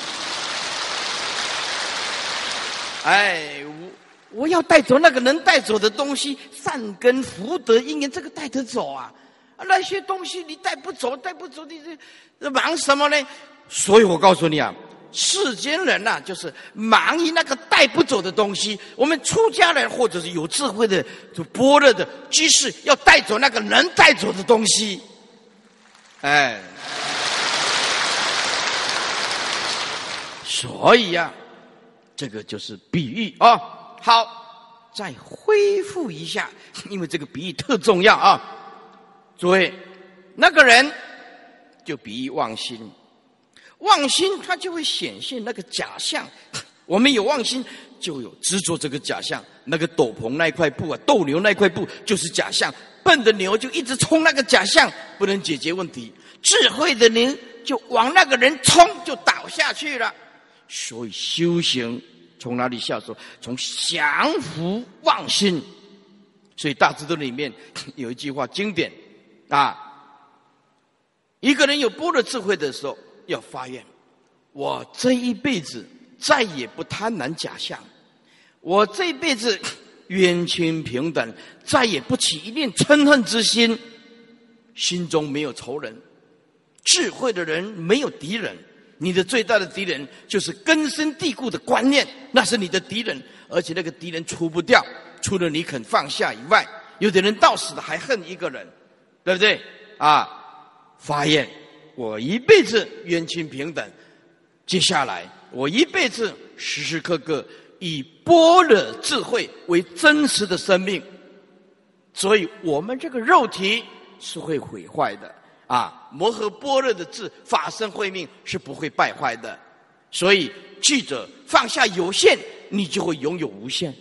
哎，我我要带走那个能带走的东西，善根福德因缘，这个带得走啊。那些东西你带不走，带不走，你这忙什么呢？所以我告诉你啊，世间人呐、啊，就是忙于那个带不走的东西。我们出家人或者是有智慧的、就般若的居士，要带走那个能带走的东西。哎，所以呀、啊，这个就是比喻啊。好，再恢复一下，因为这个比喻特重要啊。诸位，那个人就比喻妄心，妄心它就会显现那个假象。我们有妄心，就有执着这个假象。那个斗篷那块布啊，斗牛那块布就是假象。笨的牛就一直冲那个假象，不能解决问题。智慧的牛就往那个人冲，就倒下去了。所以修行从哪里下手？从降服妄心。所以大智度里面有一句话经典啊，一个人有般若智慧的时候，要发愿：我这一辈子再也不贪婪假象，我这一辈子冤亲平等，再也不起一念嗔恨之心，心中没有仇人。智慧的人没有敌人，你的最大的敌人就是根深蒂固的观念，那是你的敌人，而且那个敌人除不掉，除了你肯放下以外，有的人到死了还恨一个人，对不对啊？发愿我一辈子冤亲平等，接下来我一辈子时时刻刻以般若智慧为真实的生命，所以我们这个肉体是会毁坏的啊！摩诃般若的智法身慧命是不会败坏的，所以记着放下有限，你就会拥有无限。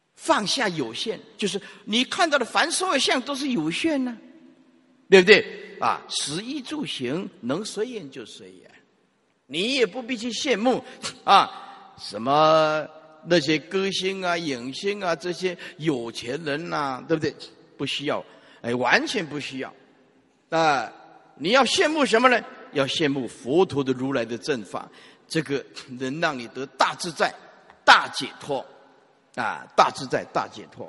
放下有限，就是你看到的凡所有相都是有限呢、啊，对不对？ 啊，食衣住行能随缘就随缘，你也不必去羡慕啊什么那些歌星啊、影星啊这些有钱人呐、啊，对不对？不需要，哎，完全不需要。啊，你要羡慕什么呢？要羡慕佛陀的如来的正法，这个能让你得大自在、大解脱，啊，大自在、大解脱。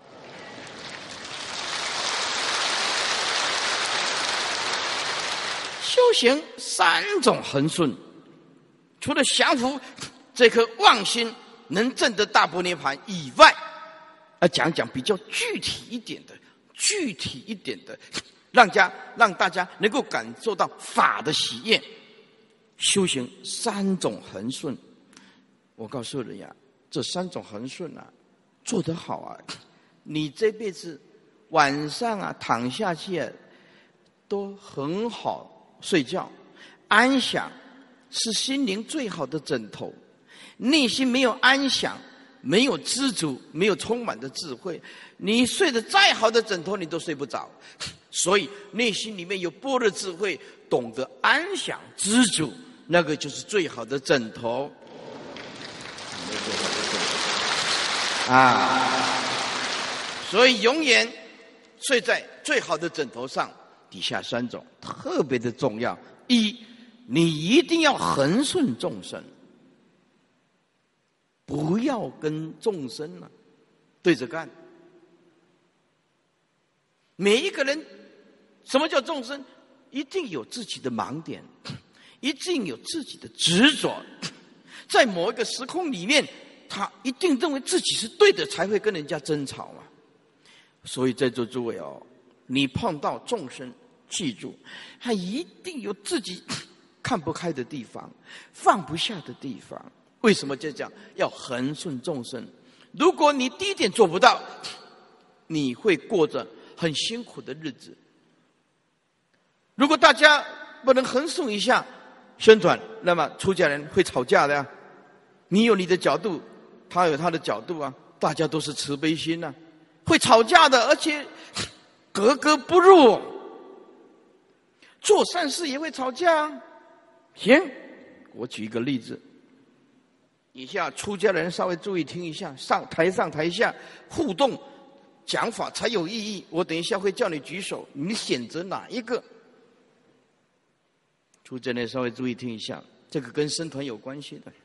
修行三种恒顺，除了降伏这颗妄心能证得大般涅槃以外，要讲讲比较具体一点的、具体一点的，让家让大家能够感受到法的喜悦。修行三种恒顺，我告诉你呀、啊，这三种恒顺啊，做得好啊，你这辈子晚上啊躺下去啊，都很好。睡觉安详是心灵最好的枕头，内心没有安详，没有知足，没有充满的智慧，你睡得再好的枕头你都睡不着。所以内心里面有般若智慧，懂得安详知足，那个就是最好的枕头啊！所以永远睡在最好的枕头上。以下三种特别的重要：一，你一定要恒顺众生，不要跟众生啊对着干。每一个人，什么叫众生？一定有自己的盲点，一定有自己的执着，在某一个时空里面，他一定认为自己是对的，才会跟人家争吵嘛。所以在座诸位哦，你碰到众生，记住，他一定有自己看不开的地方，放不下的地方。为什么就讲要恒顺众生？如果你第一点做不到，你会过着很辛苦的日子。如果大家不能恒顺一下宣传，那么出家人会吵架的呀、啊。你有你的角度，他有他的角度啊，大家都是慈悲心啊，会吵架的，而且格格不入。做善事也会吵架啊。行，我举一个例子，以下出家人稍微注意听一下，上台上台下互动讲法才有意义。我等一下会叫你举手，你选择哪一个？出家人稍微注意听一下，这个跟僧团有关系的。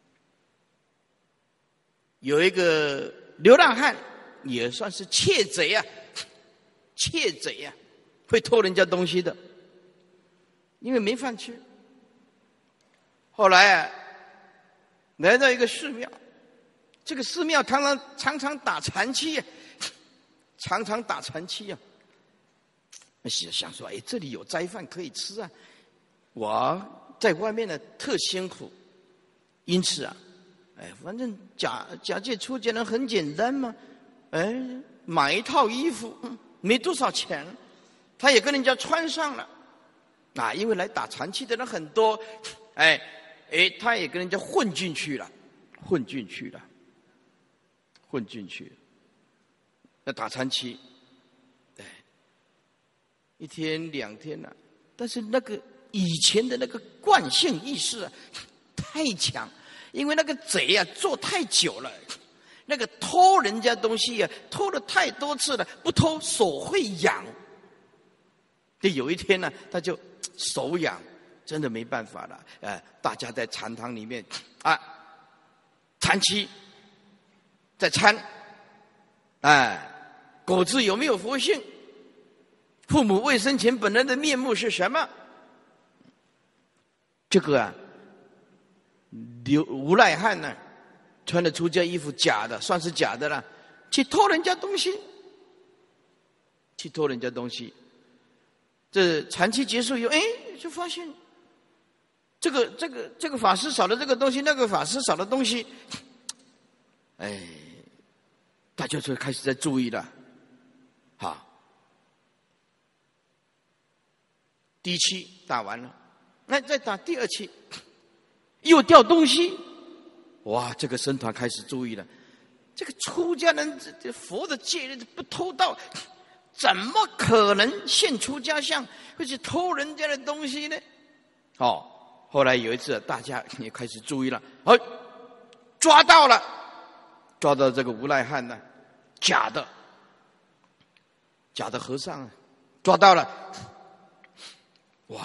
有一个流浪汉，也算是窃贼啊，窃贼啊，会偷人家东西的。因为没饭吃，后来啊，来到一个寺庙，这个寺庙常常常常打禅期啊，常常打禅期啊。想说，哎，这里有斋饭可以吃啊，我在外面呢特辛苦，因此啊，哎，反正假假借出家人很简单嘛，哎，买一套衣服，没多少钱，他也跟人家穿上了。啊，因为来打禅期的人很多，哎哎，他也跟人家混进去了，混进去了，混进去了。那打禅期，哎，一天两天了、啊，但是那个以前的那个惯性意识啊，太强，因为那个贼啊做太久了，那个偷人家东西啊，偷了太多次了，不偷手会痒。就有一天呢，他就手痒，真的没办法了。呃，大家在禅堂里面啊，禅期在参，哎，果子有没有佛性？父母未生前本来的面目是什么？这个啊，刘无赖汉呢，穿的出家衣服假的，算是假的了，去偷人家东西，去偷人家东西。这禅期结束以后，哎，就发现这个这个这个法师少了这个东西，那个法师少了东西，哎，大家就开始在注意了。好，第一期打完了，那再打第二期，又掉东西，哇！这个僧团开始注意了，这个出家人这这佛的戒律不偷盗， 怎么可能现出家相会去偷人家的东西呢？哦，后来有一次大家也开始注意了，哎，抓到了，抓到这个无赖汉呢，假的，假的和尚啊，抓到了，哇！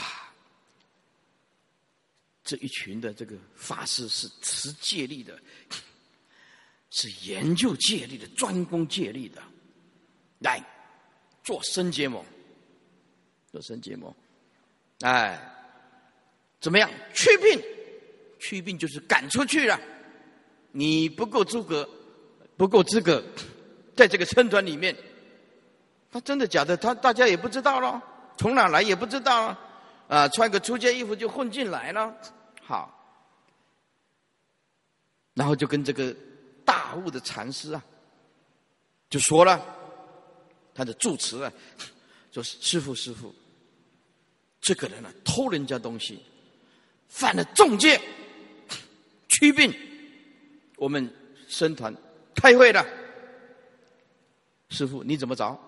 这一群的这个法师是持戒律的，是研究戒律的，专攻戒律的，来做生结盟，做生结盟，哎，怎么样？驱病，驱病就是赶出去了。你不够资格，不够资格，在这个僧团里面，他真的假的？他大家也不知道了，从哪来也不知道了，啊，穿个出家衣服就混进来了。好，然后就跟这个大悟的禅师啊，就说了他的住持啊，说师父师父，这个人啊偷人家东西，犯了重戒，驱病，我们僧团开会了，师父你怎么着？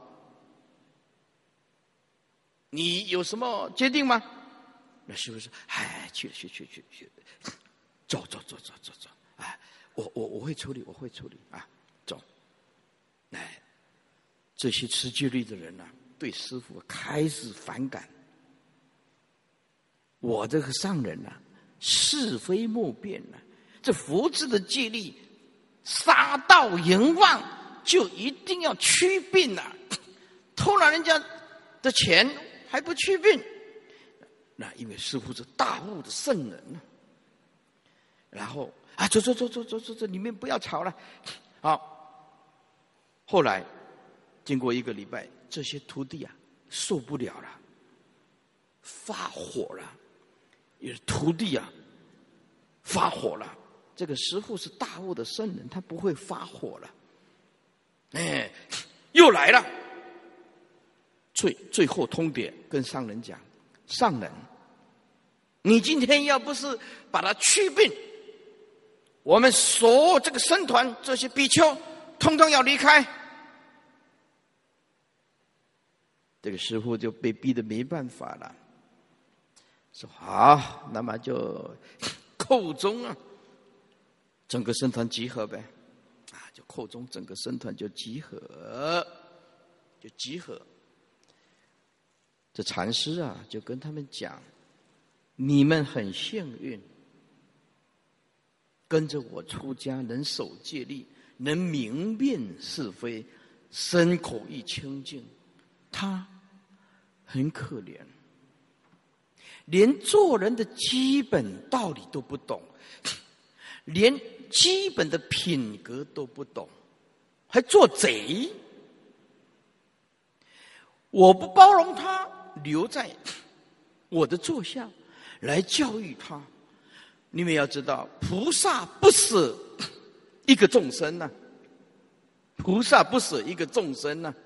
你有什么决定吗？那师父说：“哎，去去去去去，走走走走走走，哎，我我我会处理，我会处理啊，走。”哎，这些持戒律的人呢、啊，对师父开始反感。我这个上人啊，是非莫辨啊，这佛制的戒律，杀盗淫妄就一定要驱病啊，偷了人家的钱还不驱病。那因为师父是大悟的圣人呢，然后啊，走走走走走走走，你们不要吵了。好，后来经过一个礼拜，这些徒弟啊受不了了，发火了。也徒弟啊发火了。这个师父是大悟的圣人，他不会发火了。哎，又来了。最最后通牒跟上人讲：上人，你今天要不是把他驱病，我们所有这个僧团这些比丘通通要离开。这个师父就被逼得没办法了，说好，那么就扣宗啊，整个僧团集合呗，啊，就扣宗，整个僧团就集合，就集合。这禅师啊，就跟他们讲：你们很幸运，跟着我出家，能守戒律，能明辨是非，身口意清净。他很可怜，连做人的基本道理都不懂，连基本的品格都不懂，还做贼。我不包容他，留在我的座下来教育他。你们要知道，菩萨不舍一个众生呢、啊，菩萨不舍一个众生呢、啊。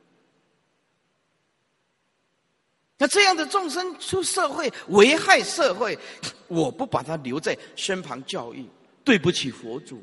那这样的众生出社会危害社会，我不把他留在身旁教育，对不起佛祖。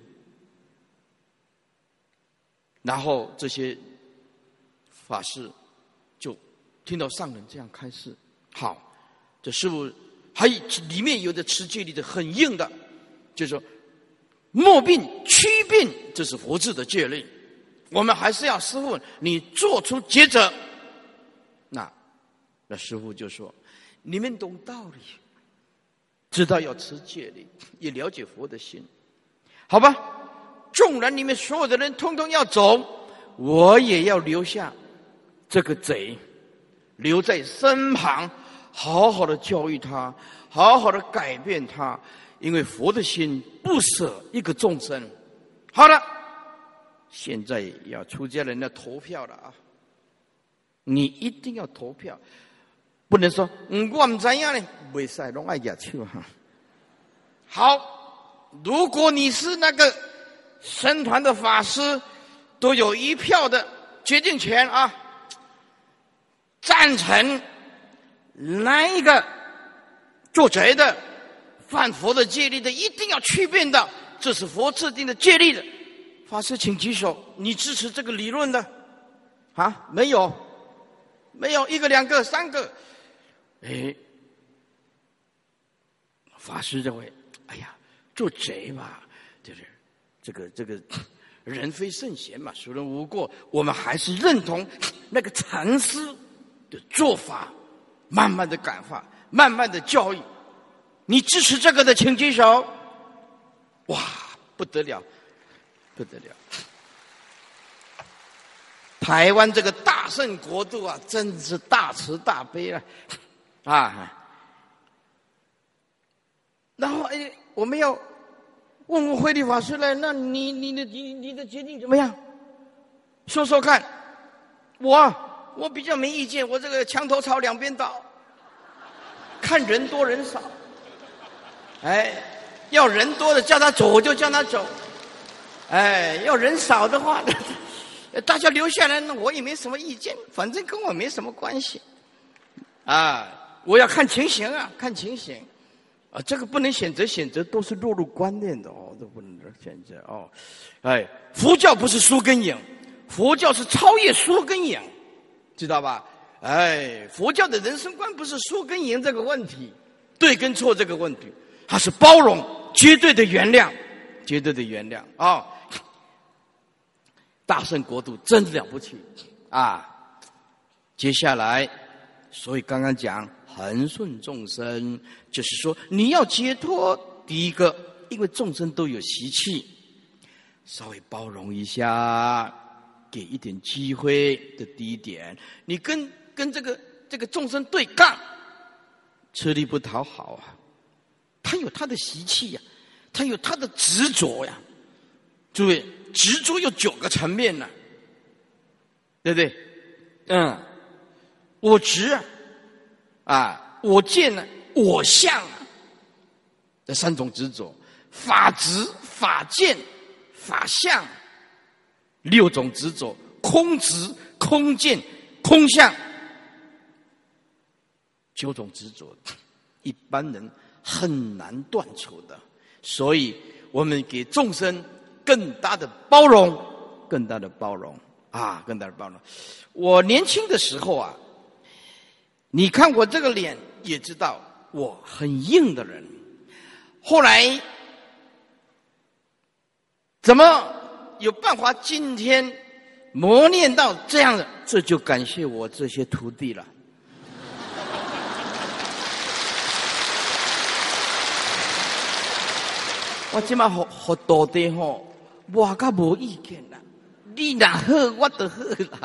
然后这些法师就听到上人这样开示，好，这师父还里面有的持戒律的很硬的，就是说莫病驱病，这是佛制的戒律，我们还是要师父你做出抉择。那那师父就说：你们懂道理，知道要持戒律，也了解佛的心，好吧？纵然你们所有的人通通要走，我也要留下这个贼，留在身旁，好好的教育他，好好的改变他，因为佛的心不舍一个众生。好了，现在要出家人要投票了啊！你一定要投票，不能说嗯我不知道呢，没事，拢爱举手哈。好，如果你是那个僧团的法师，都有一票的决定权啊，赞成哪一个做贼的、犯佛的戒律的，一定要去变的，这是佛制定的戒律的。法师请举手，你支持这个理论的？啊，没有， 没有一个、两个、三个。哎，法师认为，哎呀，做贼嘛，就是这个这个人非圣贤嘛，孰人无过？我们还是认同那个禅师的做法，慢慢的感化，慢慢的教育。你支持这个的，请举手。哇，不得了，不得了！台湾这个大圣国度啊，真是大慈大悲啊！啊，然后哎，我们要问问慧律法师了，那你你的你你的决定怎么样？说说看。我我比较没意见，我这个墙头草两边倒，看人多人少。哎，要人多的叫他走就叫他走，哎，要人少的话，大家留下来，那我也没什么意见，反正跟我没什么关系。啊，我要看情形啊，看情形。啊，这个不能选择，选择都是落入观念的哦，都不能选择哦。哎，佛教不是输跟赢，佛教是超越输跟赢，知道吧？哎，佛教的人生观不是输跟赢这个问题，对跟错这个问题，它是包容，绝对的原谅，绝对的原谅啊、哦！大圣国度真了不起啊！接下来，所以刚刚讲恒顺众生，就是说你要解脱，第一个，因为众生都有习气，稍微包容一下，给一点机会的第一点。你跟跟这个这个众生对杠，吃力不讨好啊！他有他的习气呀、啊，他有他的执着呀。诸位，执着有九个层面呢、啊，对不对？嗯，我执啊，啊，我见呢、啊，我相啊，这三种执着，法执、法见、法相，六种执着，空执、空见、空相，九种执着，一般人很难断除的，所以我们给众生更大的包容，更大的包容啊，更大的包容。我年轻的时候啊，你看我这个脸也知道我很硬的人。后来怎么有办法今天磨练到这样的？这就感谢我这些徒弟了。我今嘛学学徒弟吼，我甲无意见啦。你若好，我就好啦。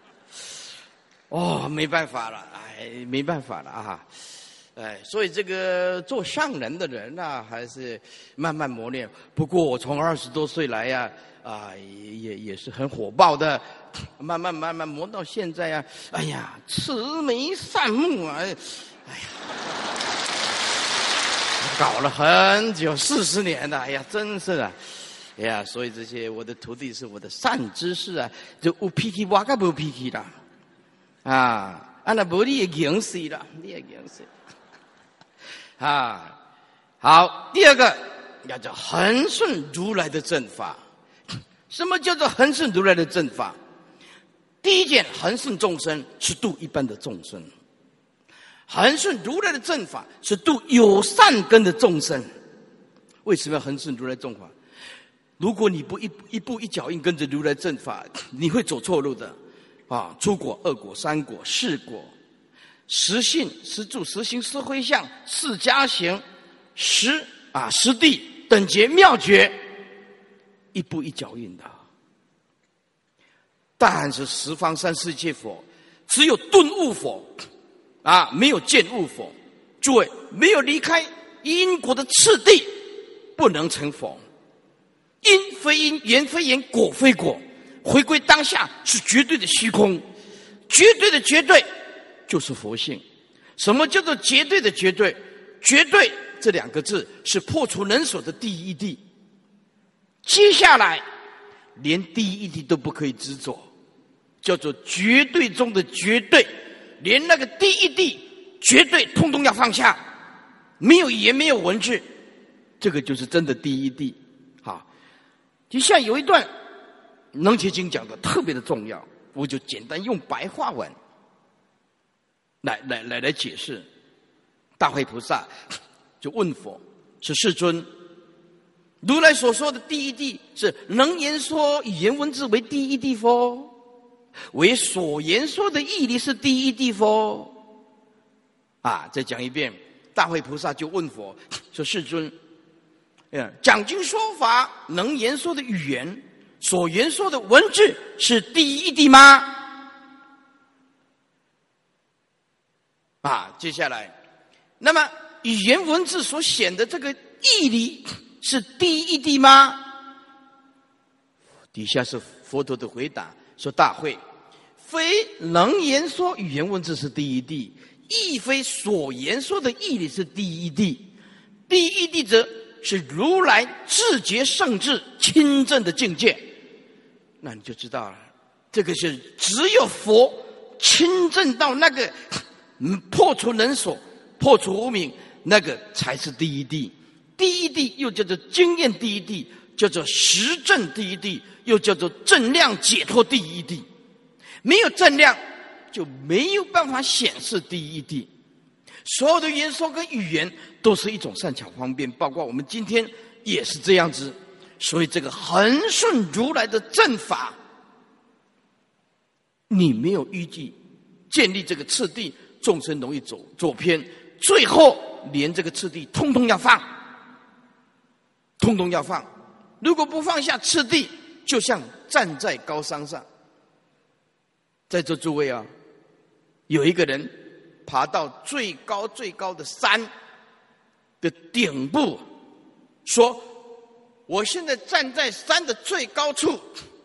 哦，没办法了，哎，没办法了啊！哎，所以这个做上人的人啊，还是慢慢磨练。不过我从二十多岁来呀、啊，啊，也也也是很火爆的，慢慢慢慢磨到现在呀、啊，哎呀，慈眉善目啊，哎呀。搞了很久，四十年了，哎呀，真是啊，哎呀，所以这些我的徒弟是我的善知识啊，就有脾气，我个无脾气啦，啊，啊那无你也赢死了，你也赢死，啊，好，第二个要叫恒顺如来的正法。什么叫做恒顺如来的正法？第一件，恒顺众生是度一般的众生。恒顺如来的正法是度有善根的众生。为什么要恒顺如来正法？如果你不一一步一脚印跟着如来正法，你会走错路的啊！初果、二果、三果、四果，十信、十住、十行、十回向、四加行、十啊十地等觉妙觉，一步一脚印的。但是十方三世界佛，只有顿悟佛。啊，没有见悟佛，诸位没有离开因果的次第，不能成佛。因非因，缘非缘，果非果，回归当下是绝对的虚空，绝对的绝对就是佛性。什么叫做绝对的绝对？绝对这两个字是破除人所的第一义。接下来连第一义都不可以执着，叫做绝对中的绝对。连那个第一地绝对通通要放下，没有语言，没有文字，这个就是真的第一地。好，就像有一段《楞伽经》讲的特别的重要，我就简单用白话文来来来来解释。大慧菩萨就问佛说：“世尊，如来所说的第一谛是能言说语言文字为第一谛否？为所言说的义理是第一谛否？”啊，再讲一遍。大慧菩萨就问佛说：“世尊，讲经说法能言说的语言，所言说的文字是第一谛吗？”啊，接下来，那么语言文字所显的这个义理是第一谛吗？底下是佛陀的回答说：“大慧，非能言说语言文字是第一谛，亦非所言说的义理是第一谛。第一谛者，是如来自觉圣智亲证的境界。”那你就知道了，这个是只有佛亲证到那个破除能所、破除无明，那个才是第一谛。第一谛又叫做经验第一谛，叫做实证第一谛，又叫做正量解脱第一谛。没有正量，就没有办法显示第一谛。所有的言说跟语言都是一种善巧方便，包括我们今天也是这样子。所以这个恒顺如来的正法，你没有依据建立这个次第，众生容易走走偏，最后连这个次第通通要放，通通要放。如果不放下次第，就像站在高山上。在座诸位啊，有一个人爬到最高最高的山的顶部，说：“我现在站在山的最高处，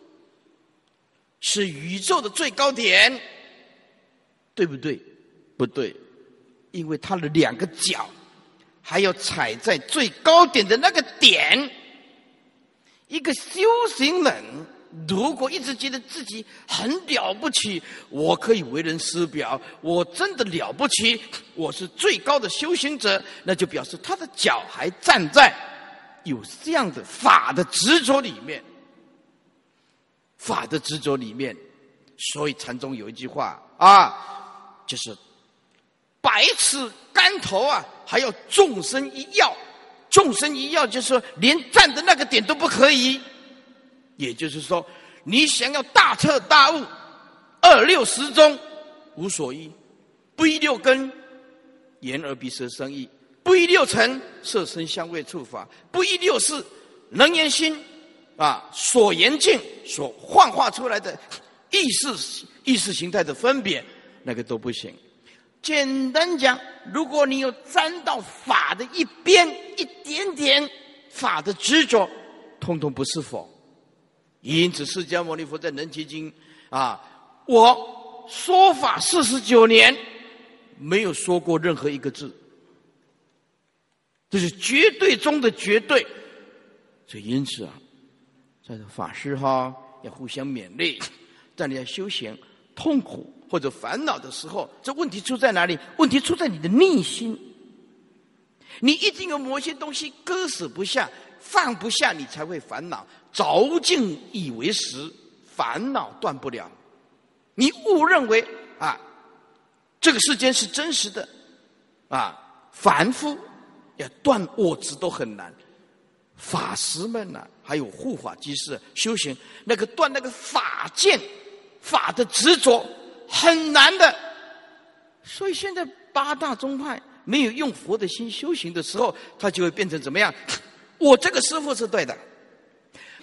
是宇宙的最高点。”对不对？不对，因为他的两个脚还要踩在最高点的那个点。一个修行人如果一直觉得自己很了不起，我可以为人师表，我真的了不起，我是最高的修行者，那就表示他的脚还站在有这样的法的执着里面，法的执着里面。所以禅宗有一句话啊，就是百尺竿头啊，还要众生一要。众生一要就是说，连站的那个点都不可以。也就是说，你想要大彻大悟，二六十中无所依，不依六根，眼耳鼻舌身意，不依六尘，色声香味触法，不依六识，能言心啊，所言境所幻化出来的意识意识形态的分别，那个都不行。简单讲，如果你有沾到法的一边一点点法的执着，通通不是佛。因此释迦牟尼佛在《能集经》啊，我说法四十九年，没有说过任何一个字，这是绝对中的绝对。所以因此啊，在这法师哈要互相勉励，在你要修行痛苦或者烦恼的时候，这问题出在哪里？问题出在你的内心。你一定有某些东西割舍不下，放不下，你才会烦恼。着境以为实，烦恼断不了。你误认为啊，这个世间是真实的啊，凡夫要断我执都很难。法师们呢、啊，还有护法居士修行，那个断那个法见法的执着很难的。所以现在八大宗派没有用佛的心修行的时候，他就会变成怎么样？我这个师父是对的，